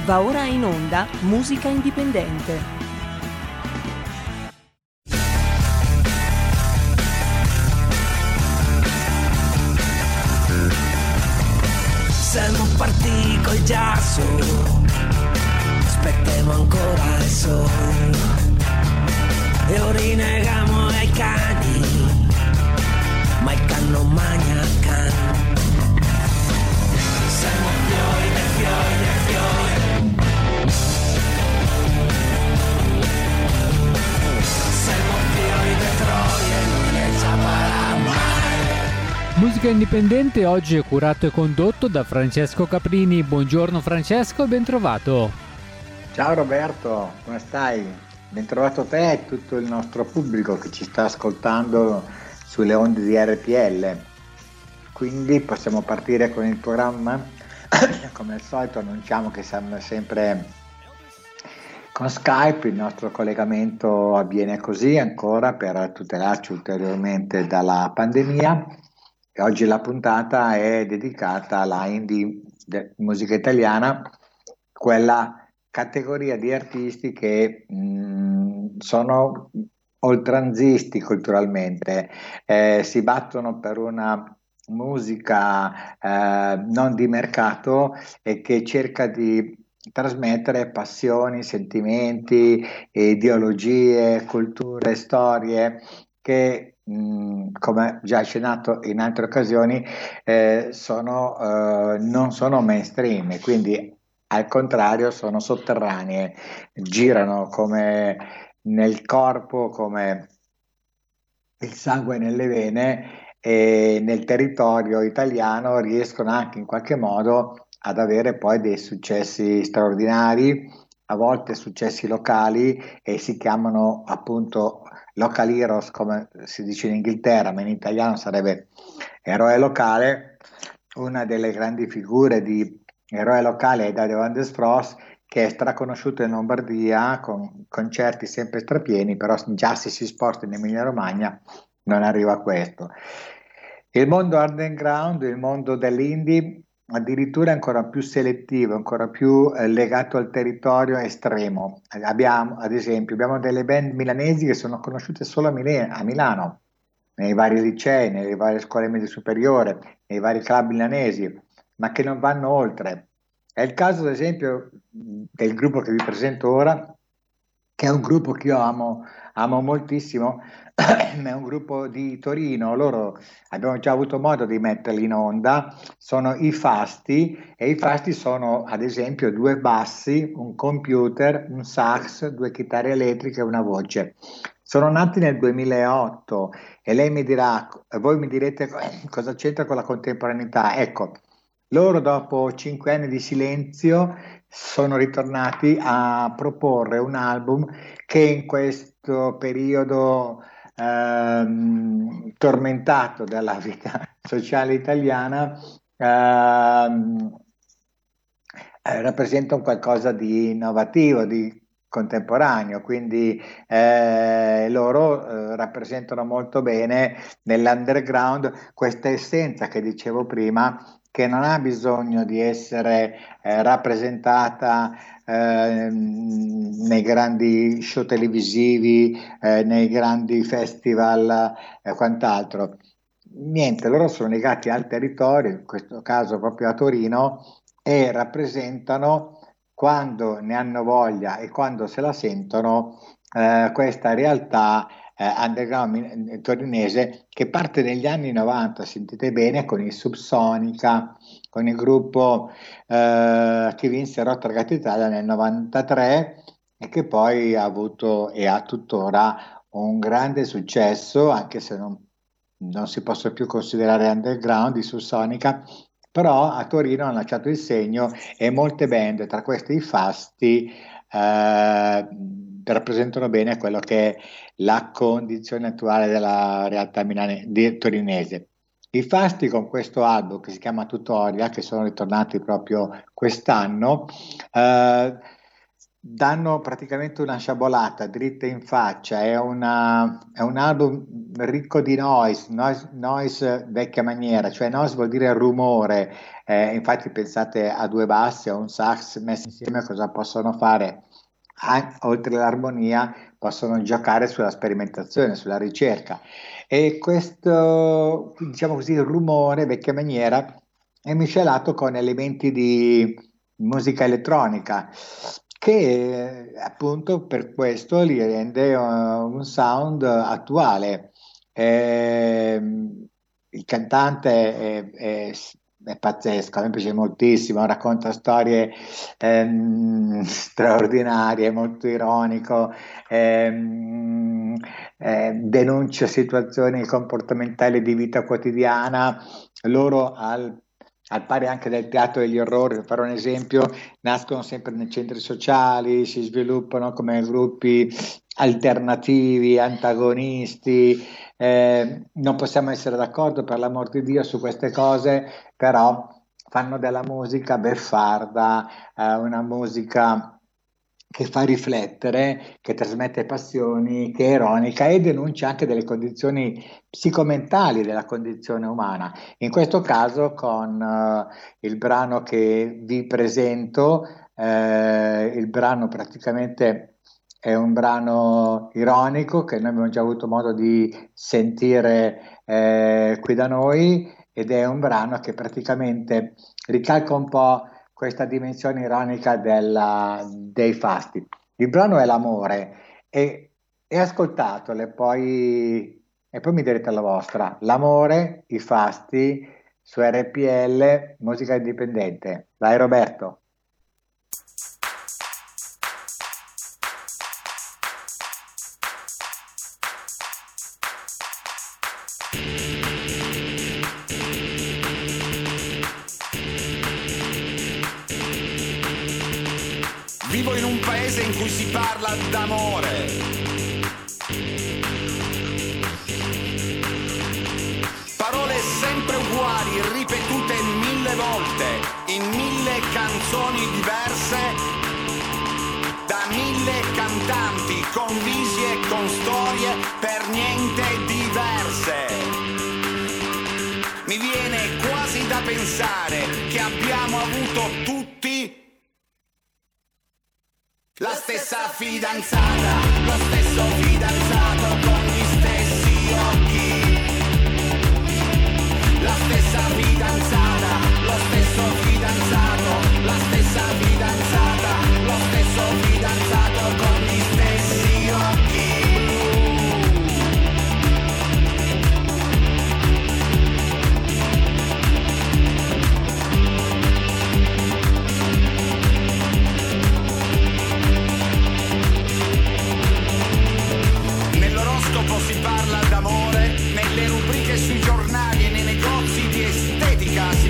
Va ora in onda Musica Indipendente. Siamo partiti col jazz, aspettiamo ancora il sole e ora rinnegamo ai cani, ma il can non magna il can. Siamo fiori dei fiori dei fiori, siamo fiori dei troie, non ne saprà mai. Musica Indipendente oggi è curato e condotto da Francesco Caprini. Buongiorno Francesco e ben trovato. Ciao Roberto, come stai? Ben trovato te e tutto il nostro pubblico che ci sta ascoltando sulle onde di RPL. Quindi possiamo partire con il programma. Come al solito annunciamo che siamo sempre con Skype, il nostro collegamento avviene così ancora per tutelarci ulteriormente dalla pandemia. E oggi la puntata è dedicata alla indie musica italiana, quella categoria di artisti che sono oltranzisti culturalmente, si battono per una musica non di mercato e che cerca di trasmettere passioni, sentimenti, ideologie, culture, storie che come già accennato in altre occasioni non sono mainstream e quindi al contrario sono sotterranee, girano come nel corpo, come il sangue nelle vene e nel territorio italiano riescono anche in qualche modo ad avere poi dei successi straordinari, a volte successi locali e si chiamano appunto local heroes come si dice in Inghilterra, ma in italiano sarebbe eroe locale. Una delle grandi figure di eroe locale è Dario Van der Spross, che è straconosciuto in Lombardia con concerti sempre strapieni, però già se si sposta in Emilia Romagna non arriva a questo. Il mondo underground, il mondo dell'indie addirittura è ancora più selettivo, ancora più legato al territorio estremo. Ad esempio, abbiamo delle band milanesi che sono conosciute solo a Milano, nei vari licei, nelle varie scuole medie superiori, nei vari club milanesi, ma che non vanno oltre. È il caso, ad esempio, del gruppo che vi presento ora, che è un gruppo che io amo moltissimo, è un gruppo di Torino. Loro abbiamo già avuto modo di metterli in onda, sono i Fasti, e i Fasti sono ad esempio due bassi, un computer, un sax, due chitarre elettriche e una voce. Sono nati nel 2008 e lei mi dirà, voi mi direte cosa c'entra con la contemporaneità. Ecco, loro dopo 5 anni di silenzio sono ritornati a proporre un album che in questo periodo tormentato dalla vita sociale italiana rappresenta un qualcosa di innovativo, di contemporaneo, quindi loro rappresentano molto bene nell'underground questa essenza che dicevo prima, che non ha bisogno di essere rappresentata nei grandi show televisivi, nei grandi festival e quant'altro. Niente, loro sono legati al territorio, in questo caso proprio a Torino, e rappresentano, quando ne hanno voglia e quando se la sentono, questa realtà underground torinese che parte negli anni 90, sentite bene, con i Subsonica, con il gruppo che vinse Rock Ragazzi Italia nel 93 e che poi ha avuto e ha tuttora un grande successo, anche se non si possono più considerare underground i Subsonica, però a Torino hanno lasciato il segno e molte band, tra queste i Fasti, rappresentano bene quello che è la condizione attuale della realtà torinese. I Fasti, con questo album che si chiama Tutorial, che sono ritornati proprio quest'anno, danno praticamente una sciabolata dritta in faccia. È un album ricco di noise vecchia maniera, cioè noise vuol dire rumore. Infatti pensate a due bassi, a un sax messi insieme, cosa possono fare? Oltre all'armonia possono giocare sulla sperimentazione, sulla ricerca, e questo, diciamo così, rumore vecchia maniera è miscelato con elementi di musica elettronica, che appunto per questo li rende un sound attuale. Il cantante è pazzesco, a me piace moltissimo, racconta storie straordinarie, è molto ironico, denuncia situazioni comportamentali di vita quotidiana. Loro al pari anche del teatro degli orrori, per fare un esempio, nascono sempre nei centri sociali, si sviluppano come gruppi alternativi, antagonisti. Non possiamo essere d'accordo, per l'amor di Dio, su queste cose, però fanno della musica beffarda, una musica che fa riflettere, che trasmette passioni, che è ironica e denuncia anche delle condizioni psicomentali della condizione umana. In questo caso con il brano che vi presento, il brano praticamente è un brano ironico che noi abbiamo già avuto modo di sentire qui da noi, ed è un brano che praticamente ricalca un po' questa dimensione ironica dei fasti. Il brano è L'amore, e ascoltatelo e poi mi direte la vostra. L'amore, i fasti, su RPL, musica indipendente. Vai Roberto. Vivo in un paese in cui si parla d'amore. Parole sempre uguali, ripetute 1000 volte, in 1000 canzoni diverse, da 1000 cantanti, con visi e con storie per niente diverse. Mi viene quasi da pensare che abbiamo avuto tutti la stessa fidanzata, lo stesso fidanzato con gli stessi occhi. La stessa fidanzata, lo stesso fidanzato, la stessa fidanzata, lo stesso fidanzato con gli stessi occhi. Si parla d'amore nelle rubriche sui giornali e nei negozi di estetica.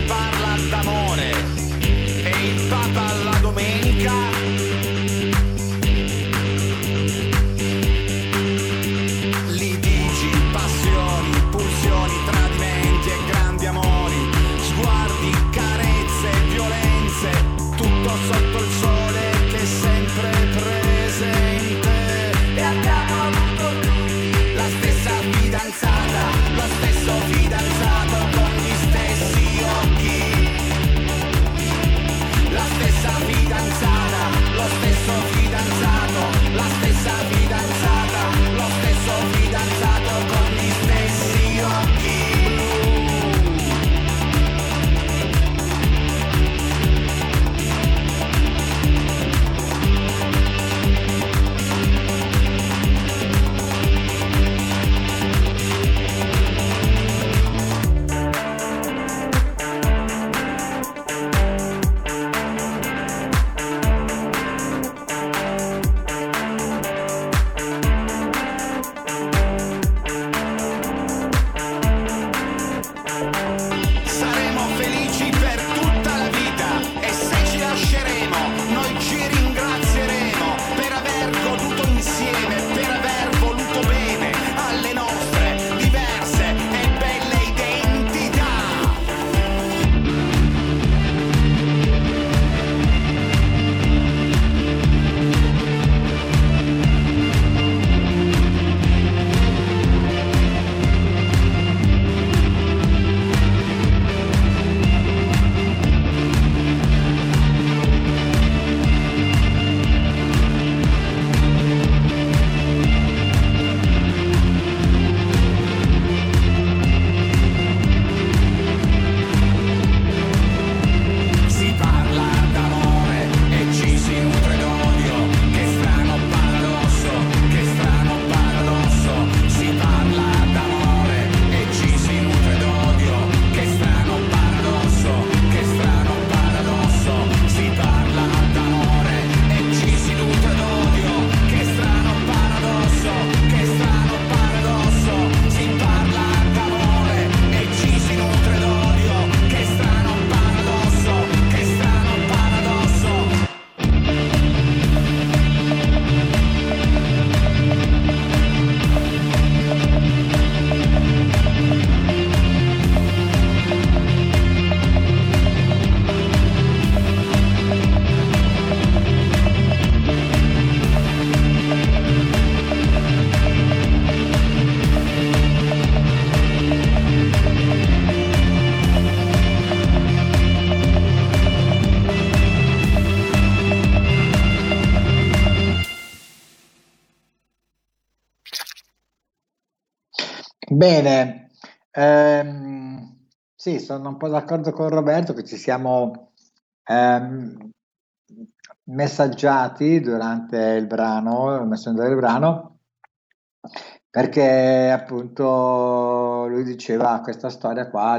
Bene, sì, sono un po' d'accordo con Roberto che ci siamo messaggiati durante il messaggio del brano, perché appunto lui diceva questa storia qua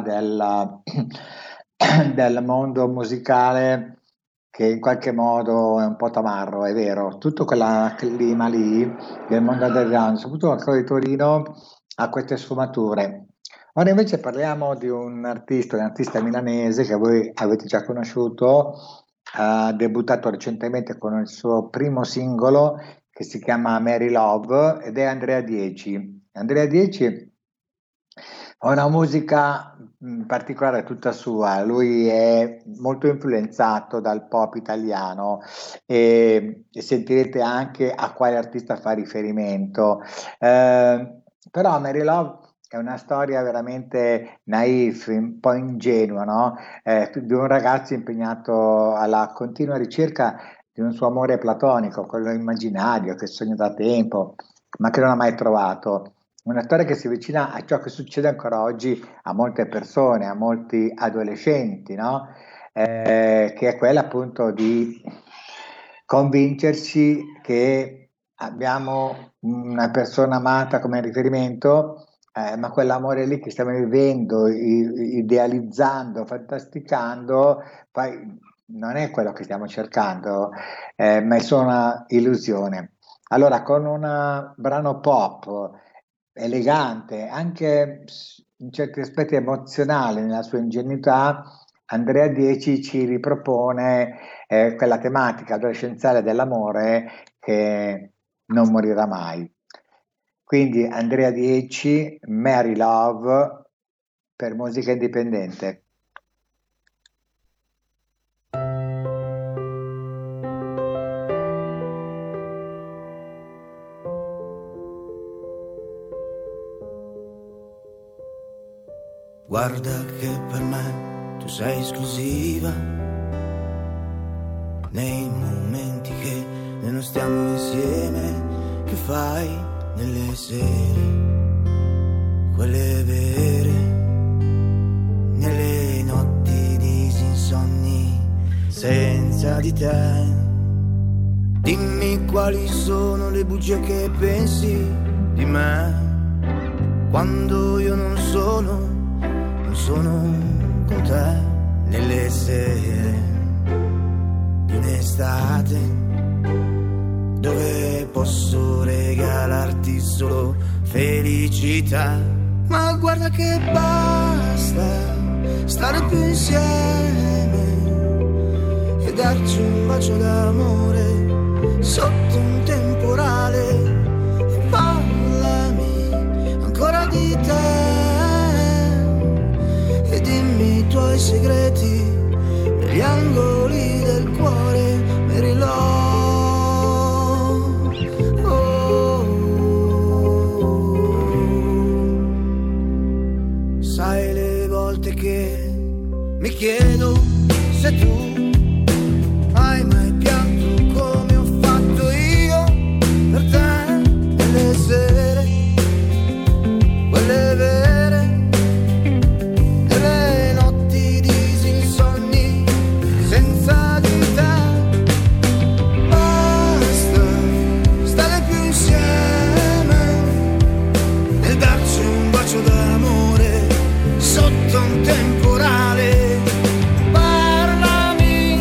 del mondo musicale che in qualche modo è un po' tamarro, è vero, tutto quel clima lì del mondo underground, soprattutto a quello di Torino, ha queste sfumature. Ora invece parliamo di un artista milanese che voi avete già conosciuto, ha debuttato recentemente con il suo primo singolo che si chiama Mary Love ed è Andrea Dieci. Andrea Dieci ha una musica particolare tutta sua, lui è molto influenzato dal pop italiano e sentirete anche a quale artista fa riferimento. Però Mary Love è una storia veramente naif, un po' ingenua, no? Di un ragazzo impegnato alla continua ricerca di un suo amore platonico, quello immaginario che sogna da tempo, ma che non ha mai trovato. Una storia che si avvicina a ciò che succede ancora oggi a molte persone, a molti adolescenti, no? Che è quella appunto di convincerci che abbiamo una persona amata come riferimento, ma quell'amore lì che stiamo vivendo, idealizzando, fantasticando, poi non è quello che stiamo cercando, ma è solo una illusione. Allora, con un brano pop elegante, anche in certi aspetti emozionale nella sua ingenuità, Andrea Dieci ci ripropone quella tematica adolescenziale dell'amore che non morirà mai. Quindi Andrea Dieci, Mary Love, per Musica Indipendente. Guarda che per me tu sei esclusiva, nei momenti che noi non stiamo insieme, che fai nelle sere, quelle vere, nelle notti disinsonni, senza di te. Dimmi quali sono le bugie che pensi di me, quando io non sono con te, nelle sere di un'estate, dove posso regalarti solo felicità. Ma guarda che basta stare più insieme e darci un bacio d'amore sotto un temporale. E parlami ancora di te e dimmi i tuoi segreti negli angoli del cuore, Mary Love. Sai le volte che mi chiedo se tu hai mai pianto come ho fatto io per te, nelle sere, quelle vere, d'amore sotto un temporale. Parlami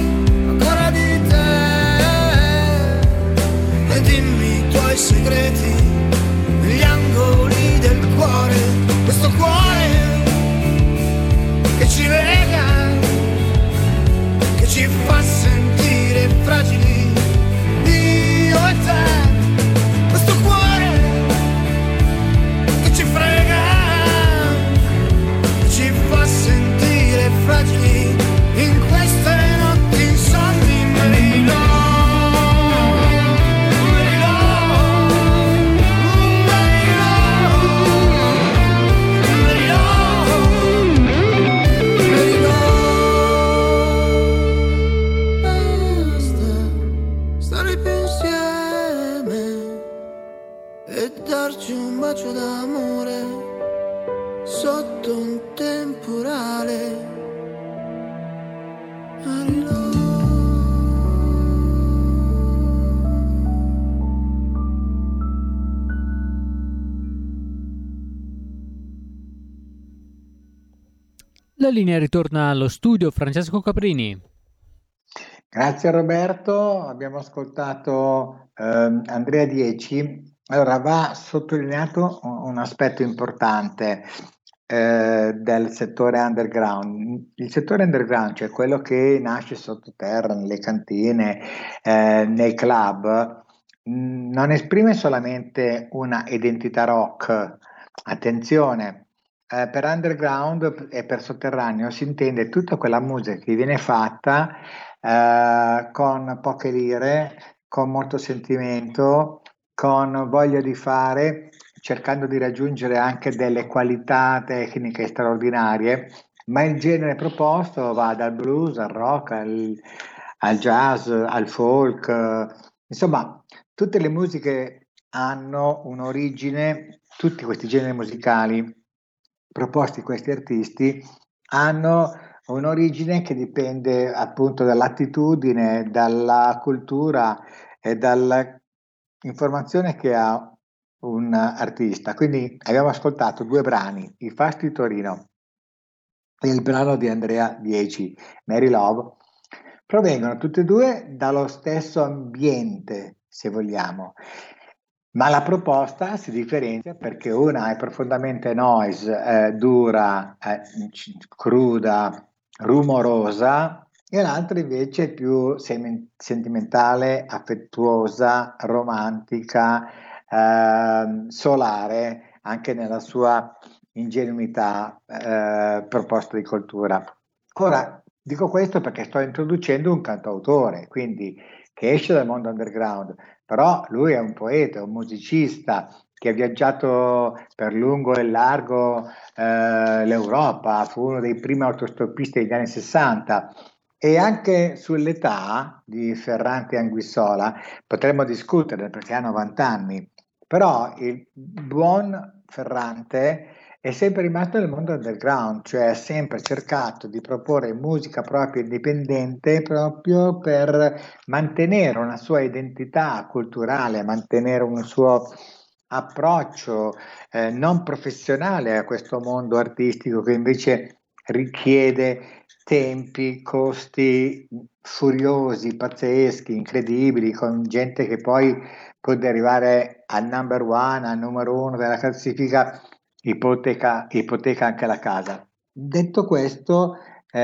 La linea ritorna allo studio. Francesco Caprini. Grazie Roberto, abbiamo ascoltato Andrea Dieci. Allora, va sottolineato un aspetto importante del settore underground. Il settore underground, cioè quello che nasce sottoterra, nelle cantine, nei club, non esprime solamente una identità rock. Attenzione, per underground e per sotterraneo si intende tutta quella musica che viene fatta con poche lire, con molto sentimento, con voglia di fare, cercando di raggiungere anche delle qualità tecniche straordinarie, ma il genere proposto va dal blues al rock, al jazz, al folk, insomma, tutte le musiche hanno un'origine, tutti questi generi musicali proposti questi artisti hanno un'origine che dipende appunto dall'attitudine, dalla cultura e dall'informazione che ha un artista. Quindi abbiamo ascoltato due brani, I Fasti Torino e il brano di Andrea Dieci, Mary Love, provengono tutti e due dallo stesso ambiente, se vogliamo. Ma la proposta si differenzia perché una è profondamente noise, dura, cruda, rumorosa, e l'altra invece è più sentimentale, affettuosa, romantica, solare, anche nella sua ingenuità proposta di cultura. Ora, dico questo perché sto introducendo un cantautore, quindi che esce dal mondo underground, però lui è un poeta, un musicista che ha viaggiato per lungo e largo l'Europa, fu uno dei primi autostoppisti degli anni 60 e anche sull'età di Ferrante Anguissola potremmo discutere perché ha 90 anni, però il buon Ferrante è sempre rimasto nel mondo underground, cioè ha sempre cercato di proporre musica propria indipendente proprio per mantenere una sua identità culturale, mantenere un suo approccio non professionale a questo mondo artistico che invece richiede tempi, costi furiosi, pazzeschi, incredibili, con gente che poi può arrivare al number one, al numero uno della classifica, ipoteca anche la casa. Detto questo,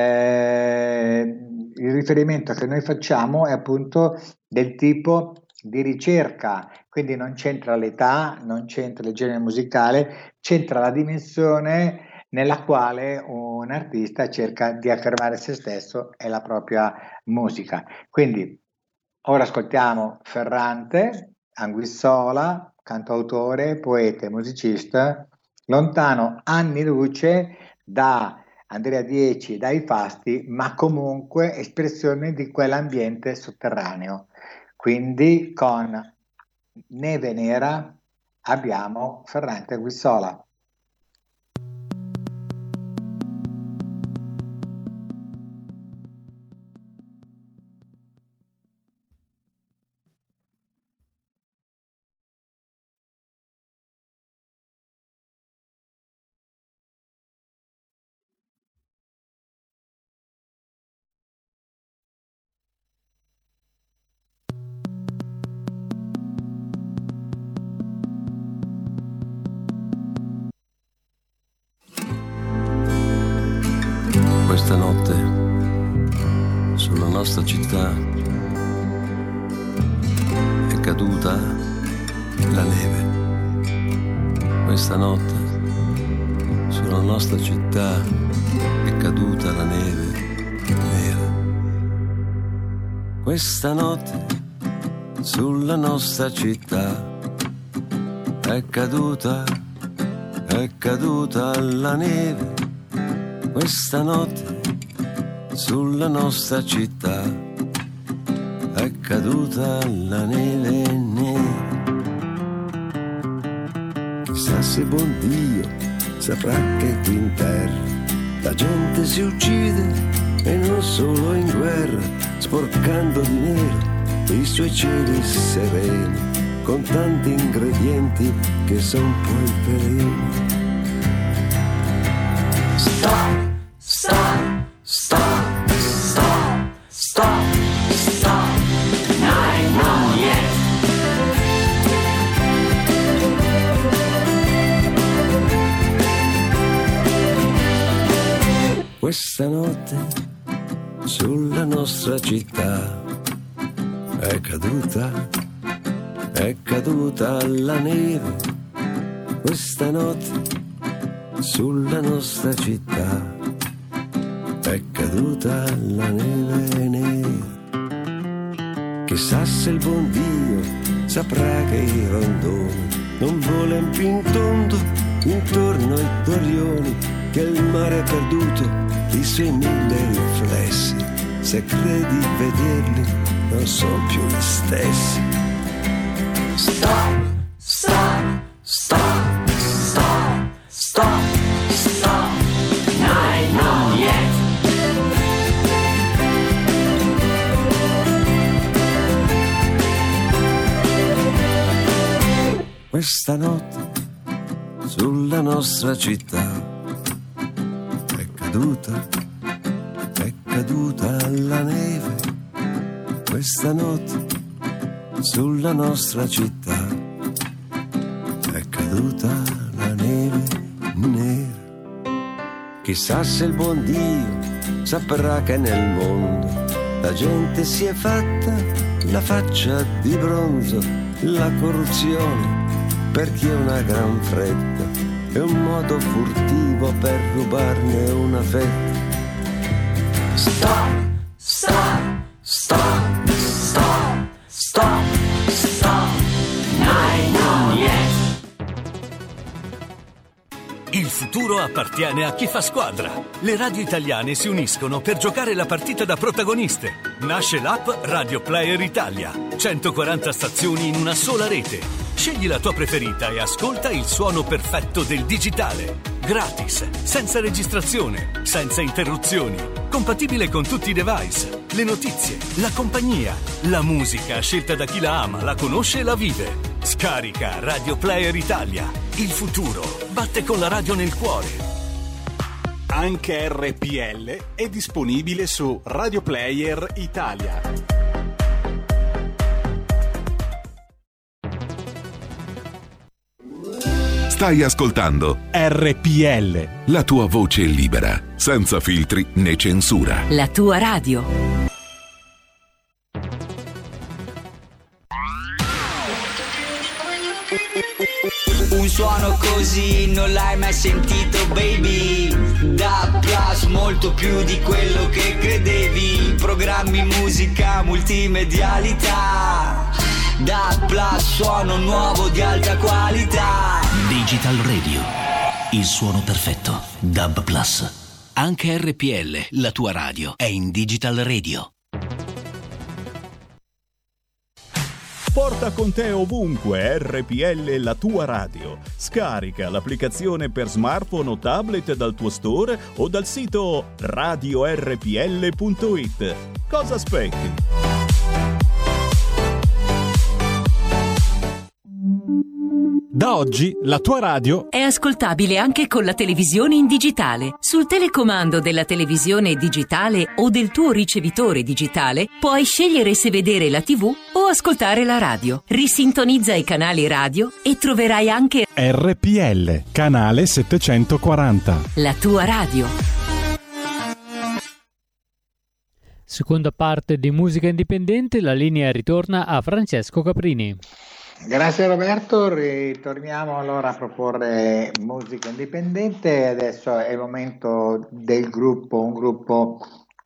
il riferimento che noi facciamo è appunto del tipo di ricerca, quindi non c'entra l'età, non c'entra il genere musicale, c'entra la dimensione nella quale un artista cerca di affermare se stesso e la propria musica. Quindi ora ascoltiamo Ferrante Anguissola, cantautore, poeta e musicista, lontano anni luce da Andrea Dieci e dai Fasti, ma comunque espressione di quell'ambiente sotterraneo. Quindi con Neve Nera abbiamo Ferrante Anguissola. Questa notte sulla nostra città è caduta la neve. Questa notte sulla nostra città è caduta la neve nera. Questa notte sulla nostra città è caduta la neve. Questa notte sulla nostra città è caduta la neve nera. Chissà se buon Dio saprà che qui in terra la gente si uccide e non solo in guerra, sporcando di nero i suoi cieli sereni, con tanti ingredienti che son poi il veleno. Stop, stop, stop, stop, stop, stop, nein, non yet. Questa notte sulla nostra città è caduta la neve. Questa notte sulla nostra città è caduta la neve nera. Chissà se il buon Dio saprà che i rondoni non volen più in tondo intorno ai torrioni, che il mare ha perduto i suoi 1000 riflessi. Se credi vederli non sono più gli stessi. Stop, stop, stop, stop, stop, stop, nein, non yet. Questa notte sulla nostra città è caduta la neve. Questa notte sulla nostra città è caduta la neve nera. Chissà se il buon Dio saprà che nel mondo la gente si è fatta la faccia di bronzo. La corruzione per chi ha una gran fretta è un modo furtivo per rubarne una fetta. Stop, stop, stop, stop, stop, stop, nein, non yet. Il futuro appartiene a chi fa squadra. Le radio italiane si uniscono per giocare la partita da protagoniste. Nasce l'app Radio Player Italia. 140 stazioni in una sola rete. Scegli la tua preferita e ascolta il suono perfetto del digitale. Gratis, senza registrazione, senza interruzioni. Compatibile con tutti i device. Le notizie, la compagnia, la musica scelta da chi la ama, la conosce e la vive. Scarica Radio Player Italia. Il futuro batte con la radio nel cuore. Anche RPL è disponibile su Radio Player Italia. Stai ascoltando RPL, la tua voce libera, senza filtri né censura. La tua radio. Un suono così non l'hai mai sentito, baby. Da Plus, molto più di quello che credevi. Programmi, musica, multimedialità. Da Plus, suono nuovo di alta qualità. Digital Radio, il suono perfetto. DAB Plus. Anche RPL, la tua radio, è in Digital Radio. Porta con te ovunque RPL, la tua radio. Scarica l'applicazione per smartphone o tablet dal tuo store o dal sito radiorpl.it. Cosa aspetti? Da oggi la tua radio È ascoltabile anche con la televisione in digitale. Sul telecomando della televisione digitale o del tuo ricevitore digitale puoi scegliere se vedere la TV o ascoltare la radio. Risintonizza i canali radio e troverai anche RPL, canale 740. la tua radio. Seconda parte di Musica Indipendente, la linea ritorna a Francesco Caprini. Grazie Roberto, ritorniamo allora a proporre musica indipendente. Adesso è il momento del gruppo, un gruppo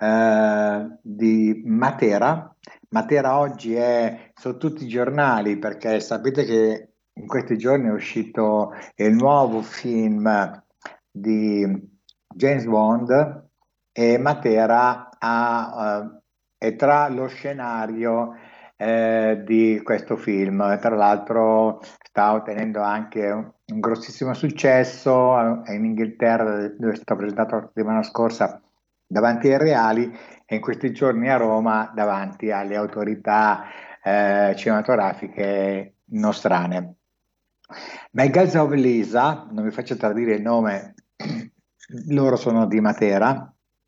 di Matera. Matera oggi è su tutti i giornali perché sapete che in questi giorni è uscito il nuovo film di James Bond e Matera è tra lo scenario di questo film. Tra l'altro sta ottenendo anche un grossissimo successo in Inghilterra, dove è stato presentato la settimana scorsa davanti ai reali e in questi giorni a Roma davanti alle autorità cinematografiche nostrane. Ma i Guys of Lisa, non vi faccio tradire il nome, loro sono di Matera,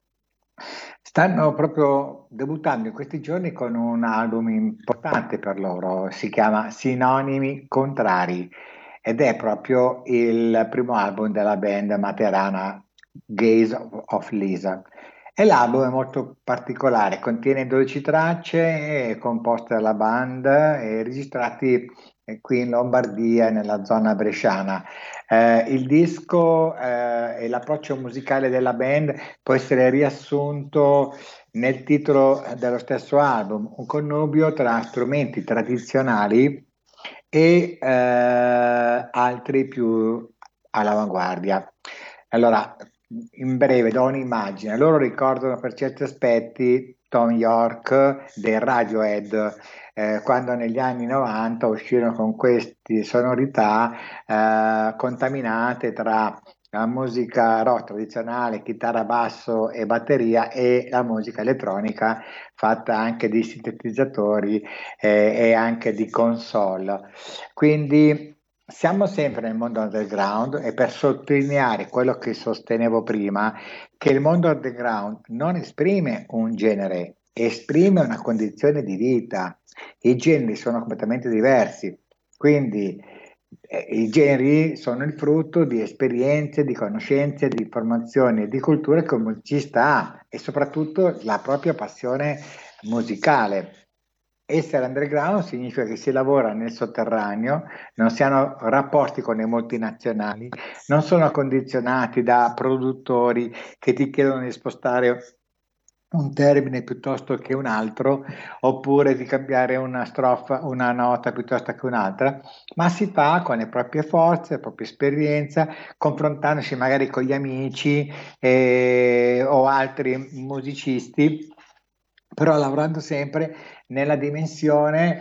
stanno proprio debuttando in questi giorni con un album importante per loro, si chiama Sinonimi Contrari ed è proprio il primo album della band materana Guys of Lisa. E l'album è molto particolare, contiene 12 tracce composte dalla band e registrati qui in Lombardia, nella zona bresciana. Il disco e l'approccio musicale della band può essere riassunto nel titolo dello stesso album, un connubio tra strumenti tradizionali e altri più all'avanguardia. Allora, in breve do un'immagine. Loro ricordano per certi aspetti Tom York dei Radiohead, quando negli anni 90 uscirono con queste sonorità contaminate tra la musica rock tradizionale, chitarra, basso e batteria, e la musica elettronica fatta anche di sintetizzatori e anche di console. Quindi siamo sempre nel mondo underground, e per sottolineare quello che sostenevo prima, che il mondo underground non esprime un genere, esprime una condizione di vita. I generi sono completamente diversi, quindi i generi sono il frutto di esperienze, di conoscenze, di informazioni e di culture che un musicista ha, e soprattutto la propria passione musicale. Essere underground significa che si lavora nel sotterraneo, non si hanno rapporti con le multinazionali, non sono condizionati da produttori che ti chiedono di spostare un termine piuttosto che un altro, oppure di cambiare una strofa, una nota piuttosto che un'altra, ma si fa con le proprie forze, la propria esperienza, confrontandosi magari con gli amici o altri musicisti, però lavorando sempre nella dimensione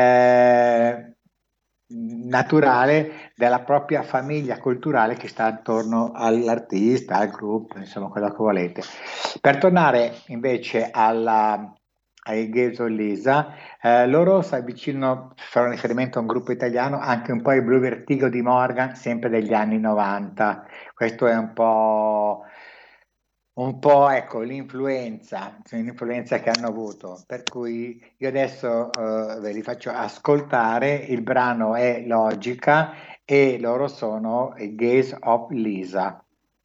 naturale della propria famiglia culturale che sta attorno all'artista, al gruppo, insomma quello che volete. Per tornare invece ai Guys of Lisa, loro si avvicinano, fanno riferimento a un gruppo italiano, anche un po' ai Blue Vertigo di Morgan, sempre degli anni 90. Questo è un po' ecco l'influenza che hanno avuto, per cui io adesso ve li faccio ascoltare. Il brano è Logica e loro sono i Guys of Lisa.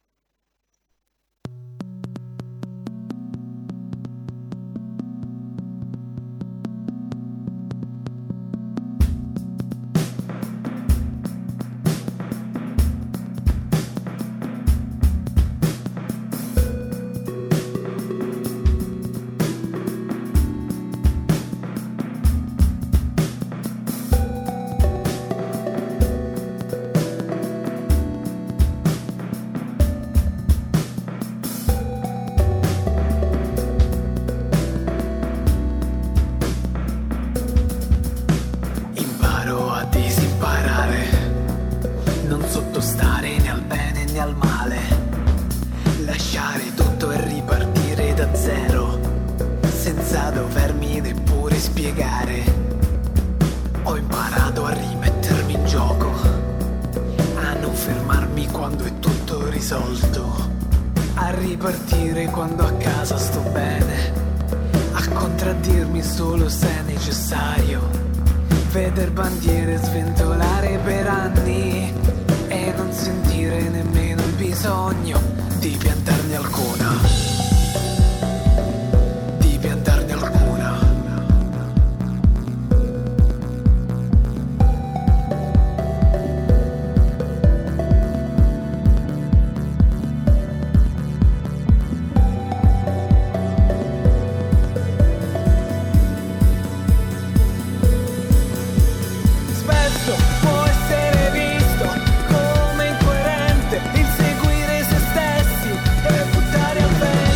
Può essere visto come incoerente il seguire se stessi e buttare al vento.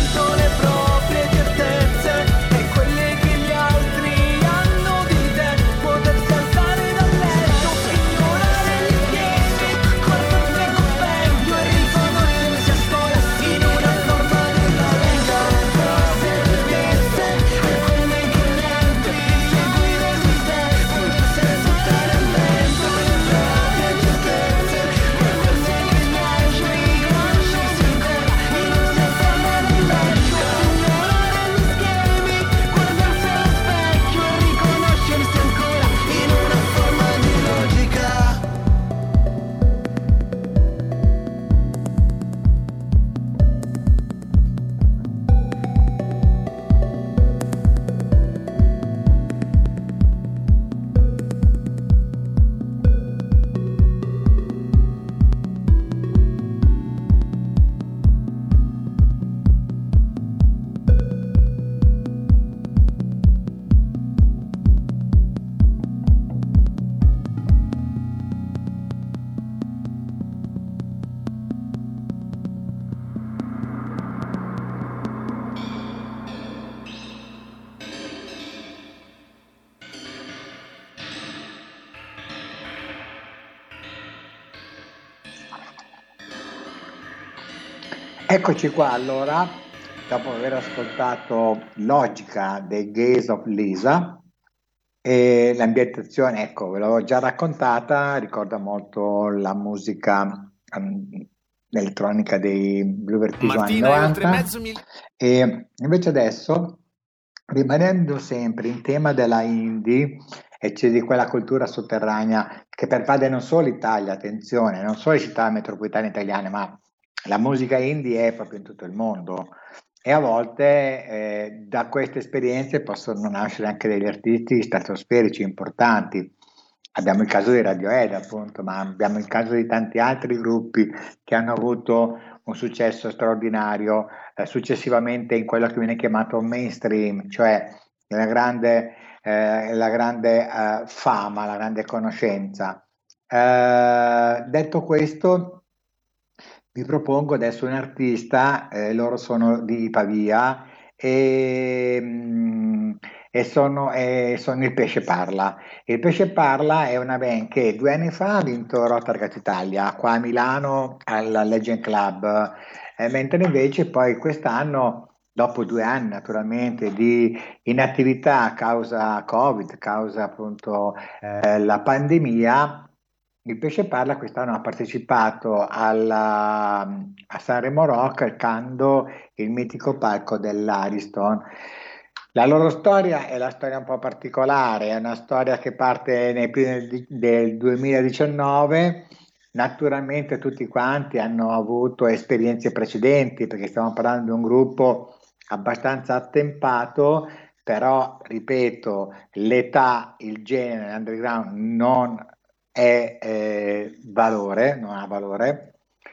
Eccoci qua allora, dopo aver ascoltato Logica dei Gaze of Lisa, e l'ambientazione, ecco, ve l'avevo già raccontata, ricorda molto la musica elettronica dei Blue Vertigo anni 90, e invece adesso, rimanendo sempre in tema della indie, e c'è di quella cultura sotterranea che pervade non solo l'Italia, attenzione, non solo le città metropolitane italiane, ma la musica indie è proprio in tutto il mondo, e a volte da queste esperienze possono nascere anche degli artisti stratosferici importanti. Abbiamo il caso di Radiohead, appunto, ma abbiamo il caso di tanti altri gruppi che hanno avuto un successo straordinario successivamente in quello che viene chiamato mainstream, cioè la grande fama, la grande conoscenza. Detto questo, vi propongo adesso un artista, loro sono di Pavia e sono il Pesce Parla. Il Pesce Parla è una band che 2 anni fa ha vinto Rotterdam Italia qua a Milano alla Legend Club, mentre invece poi quest'anno, dopo 2 anni naturalmente di inattività a causa Covid, causa appunto la pandemia, il Pesce Parla quest'anno ha partecipato a Sanremo Rock calcando il mitico palco dell'Ariston. La loro storia è la storia un po' particolare, è una storia che parte nei primi del 2019. Naturalmente tutti quanti hanno avuto esperienze precedenti, perché stiamo parlando di un gruppo abbastanza attempato, però ripeto, l'età, il genere, l'underground non ha valore,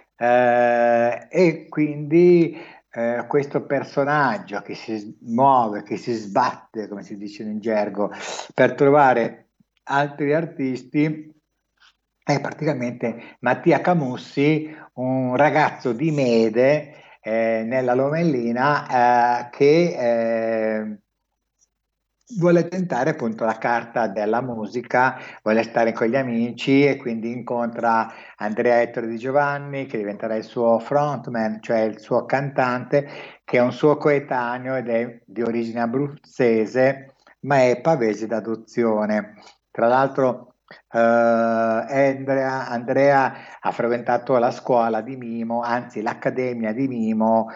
e quindi questo personaggio che si muove, che si sbatte, come si dice in gergo, per trovare altri artisti, è praticamente Mattia Camussi, un ragazzo di Mede nella Lomellina che vuole tentare appunto la carta della musica, vuole stare con gli amici e quindi incontra Andrea Ettore Di Giovanni, che diventerà il suo frontman, cioè il suo cantante, che è un suo coetaneo ed è di origine abruzzese ma è pavese d'adozione. Tra l'altro Andrea ha frequentato la scuola di mimo, anzi l'accademia di mimo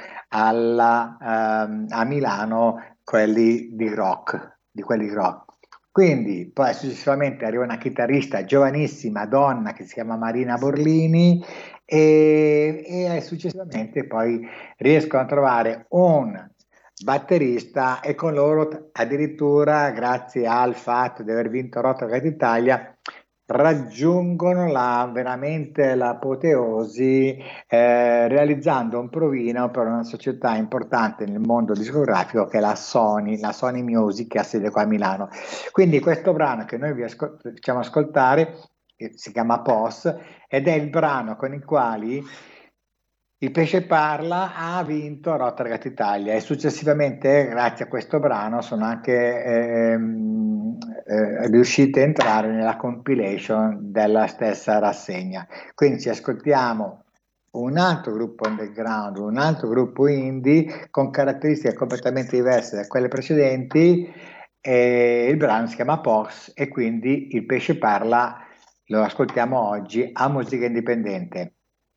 a Milano, quelli di rock. Quindi poi successivamente arriva una chitarrista giovanissima donna che si chiama Marina Borlini e successivamente poi riescono a trovare un batterista, e con loro addirittura, grazie al fatto di aver vinto Rotterdam Italia, raggiungono veramente l'apoteosi, realizzando un provino per una società importante nel mondo discografico che è la Sony Music, che ha sede qua a Milano. Quindi questo brano che noi vi facciamo ascoltare si chiama POS ed è il brano con il quale il Pesce Parla ha vinto Rotterdam Italia, e successivamente grazie a questo brano sono anche riusciti a entrare nella compilation della stessa rassegna. Quindi ci ascoltiamo un altro gruppo underground, un altro gruppo indie con caratteristiche completamente diverse da quelle precedenti, e il brano si chiama Pox e quindi il Pesce Parla lo ascoltiamo oggi a Musica Indipendente.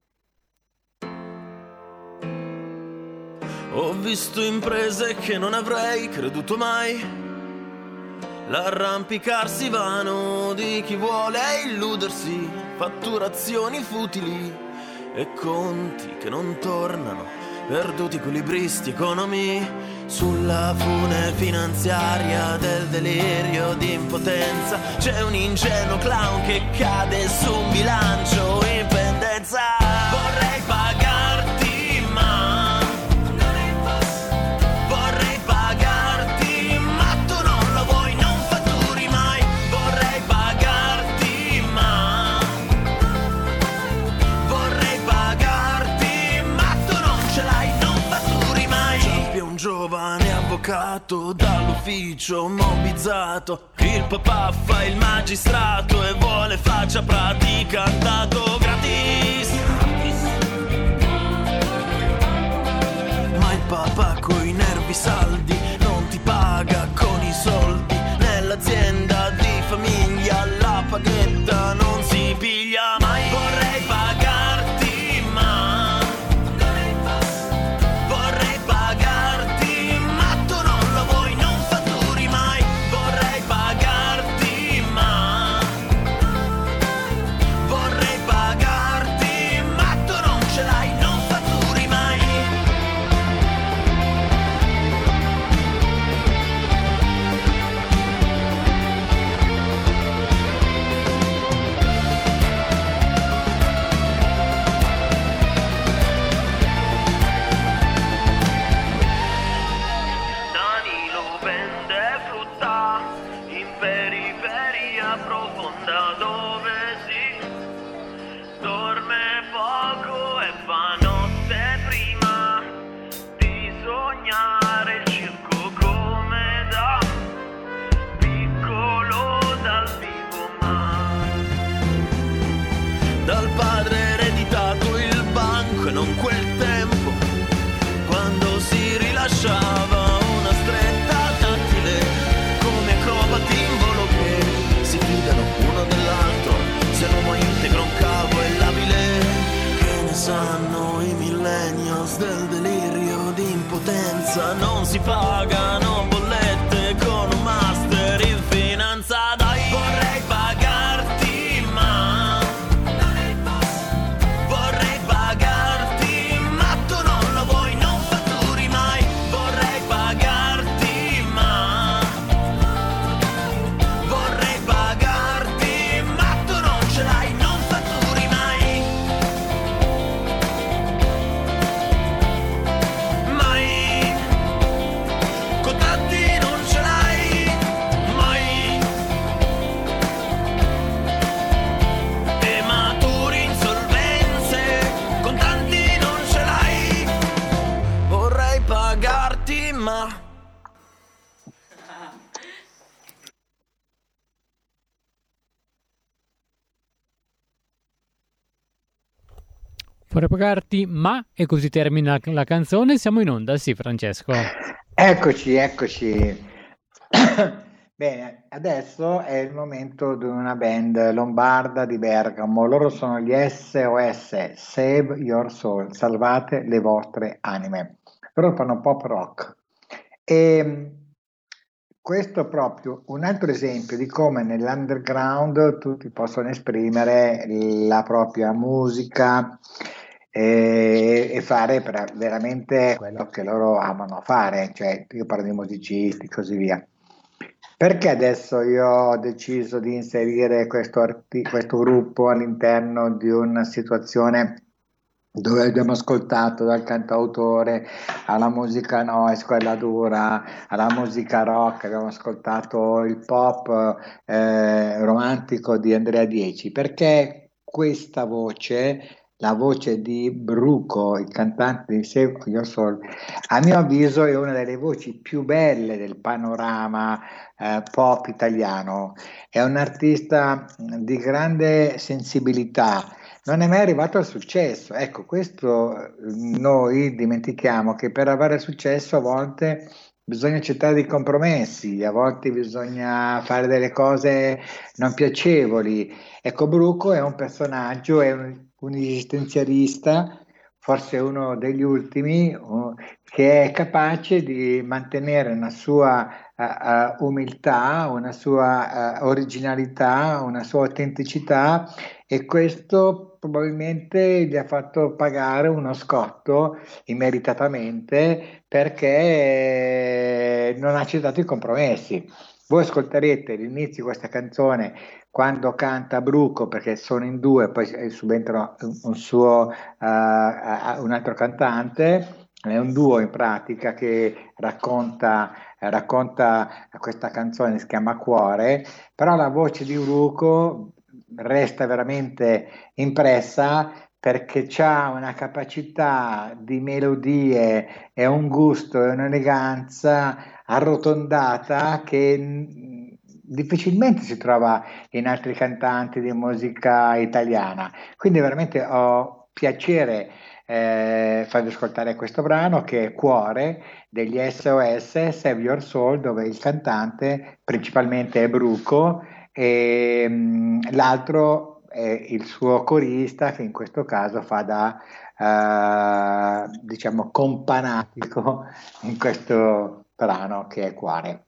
Ho visto imprese che non avrei creduto mai, l'arrampicarsi vano di chi vuole illudersi, fatturazioni futili e conti che non tornano, perduti equilibristi, economi sulla fune finanziaria del delirio di impotenza. C'è un ingenuo clown che cade su un bilancio in pendenza. Vorrei pagarti ma vorrei pagarti ma tu non lo vuoi, non fatturi mai. Vorrei pagarti ma vorrei pagarti ma tu non ce l'hai, non fatturi mai. Ciampi un giovane avvocato dall'ufficio mobbizzato, il papà fa il magistrato e vuole faccia pratica, dato gratis. papà coi nervi saldi, non ti paga con i soldi, nell'azienda di famiglia la paghetta non si piglia mai. Vorrei pagarti ma vorrei pagarti ma tu non lo vuoi, non fatturi mai. Vorrei pagarti ma vorrei pagarti ma tu non ce l'hai, non fatturi mai. Danilo vende frutta in periferia profonda dove si dorme poco e fa notte prima di sognare il circo come da piccolo dal vivo, ma dal padre ereditato il banco e non quel tempo quando si rilasciava una stretta tattile come acrobati in volo che si fidano uno dell'altro, se l'uomo integra un cavo è labile. Che ne sanno i millennials del delirio di impotenza, non si pagano bollette con un master in finanza. Dai, vorrei pagarti ma vorrei pagarti ma tu non lo vuoi, non fatturi mai. Vorrei pagarti ma vorrei pagarti ma tu non ce l'hai, non fatturi mai. Mai contanti non ce l'hai, mai. E maturi insolvenze, contanti non ce l'hai. Vorrei pagarti ma Vorrei pagarti, ma e così termina la canzone. Siamo in onda, sì, Francesco. Eccoci. Bene, adesso è il momento di una band lombarda di Bergamo. Loro sono gli SOS, Save Your Soul, salvate le vostre anime. Loro fanno pop rock. E questo è proprio un altro esempio di come nell'underground tutti possono esprimere la propria musica e fare veramente quello che loro amano fare, cioè io parlo di musicisti e così via. Perché adesso io ho deciso di inserire questo gruppo all'interno di una situazione dove abbiamo ascoltato dal cantautore alla musica noise, quella dura, alla musica rock, abbiamo ascoltato il pop romantico di Andrea Dieci, perché questa voce, la voce di Bruco, il cantante di Save Your Soul, a mio avviso è una delle voci più belle del panorama pop italiano. È un artista di grande sensibilità, non è mai arrivato al successo. Ecco, questo noi dimentichiamo, che per avere successo a volte bisogna accettare dei compromessi, a volte bisogna fare delle cose non piacevoli. Ecco, Bruco è un personaggio, è un esistenzialista, forse uno degli ultimi, che è capace di mantenere una sua umiltà, una sua originalità, una sua autenticità, e questo probabilmente gli ha fatto pagare uno scotto immeritatamente, perché non ha accettato i compromessi. Voi ascolterete l'inizio di questa canzone quando canta Bruco, perché sono in due, poi subentra un altro cantante, è un duo in pratica che racconta questa canzone, si chiama Cuore, però la voce di Bruco resta veramente impressa, perché c'ha una capacità di melodie e un gusto e un'eleganza arrotondata che difficilmente si trova in altri cantanti di musica italiana. Quindi veramente ho piacere farvi ascoltare questo brano che è Cuore degli SOS, Save Your Soul, dove il cantante principalmente è Bruco e l'altro è il suo corista, che in questo caso fa da diciamo companatico in questo brano che è Cuore.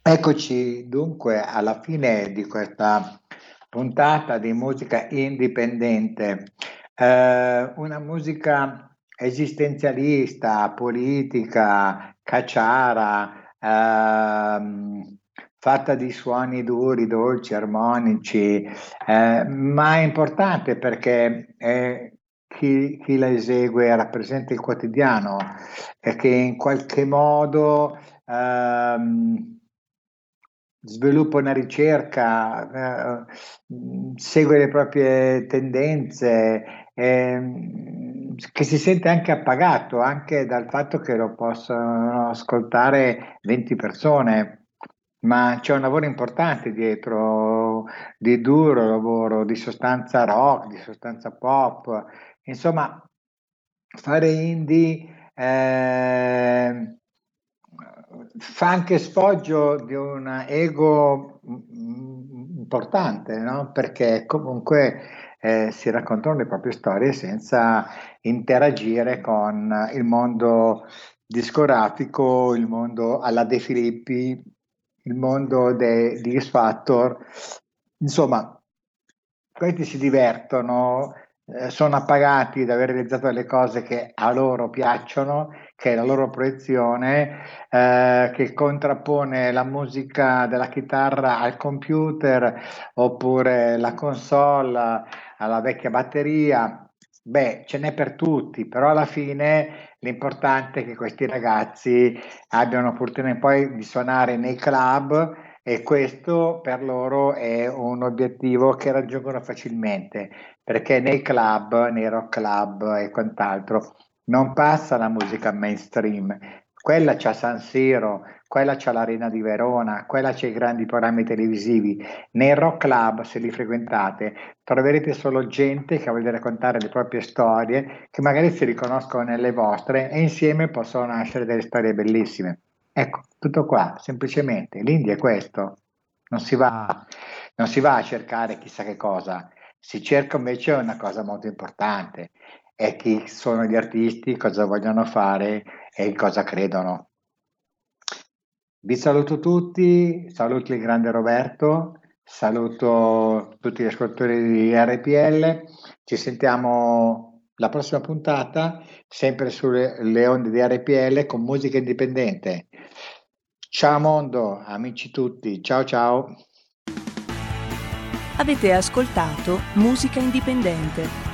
Eccoci dunque alla fine di questa puntata di musica indipendente, una musica esistenzialista, politica, cacciara, fatta di suoni duri, dolci, armonici, ma è importante perché chi la esegue rappresenta il quotidiano e che in qualche modo sviluppa una ricerca, segue le proprie tendenze, che si sente anche appagato anche dal fatto che lo possono ascoltare 20 persone, ma c'è un lavoro importante dietro, di duro lavoro, di sostanza rock, di sostanza pop, insomma, fare indie fa anche sfoggio di un ego importante, no? Perché comunque si raccontano le proprie storie senza interagire con il mondo discografico, il mondo alla De Filippi, il mondo di X Factor. Insomma, questi si divertono, sono appagati da aver realizzato delle cose che a loro piacciono, che è la loro proiezione, che contrappone la musica della chitarra al computer oppure la console alla vecchia batteria. Beh, ce n'è per tutti, però alla fine l'importante è che questi ragazzi abbiano l'opportunità poi di suonare nei club, e questo per loro è un obiettivo che raggiungono facilmente, perché nei club, nei rock club e quant'altro non passa la musica mainstream. Quella c'ha San Siro, quella c'ha l'Arena di Verona, quella c'ha i grandi programmi televisivi. Nei rock club, se li frequentate, troverete solo gente che vuole raccontare le proprie storie, che magari si riconoscono nelle vostre e insieme possono nascere delle storie bellissime. Ecco, tutto qua, semplicemente. L'India è questo, non si va a cercare chissà che cosa, si cerca invece una cosa molto importante, è chi sono gli artisti, cosa vogliono fare e in cosa credono. Vi saluto tutti, saluto il grande Roberto, saluto tutti gli ascoltatori di RPL, ci sentiamo la prossima puntata, sempre sulle onde di RPL con musica indipendente. Ciao mondo, amici tutti, ciao ciao. Avete ascoltato Musica Indipendente,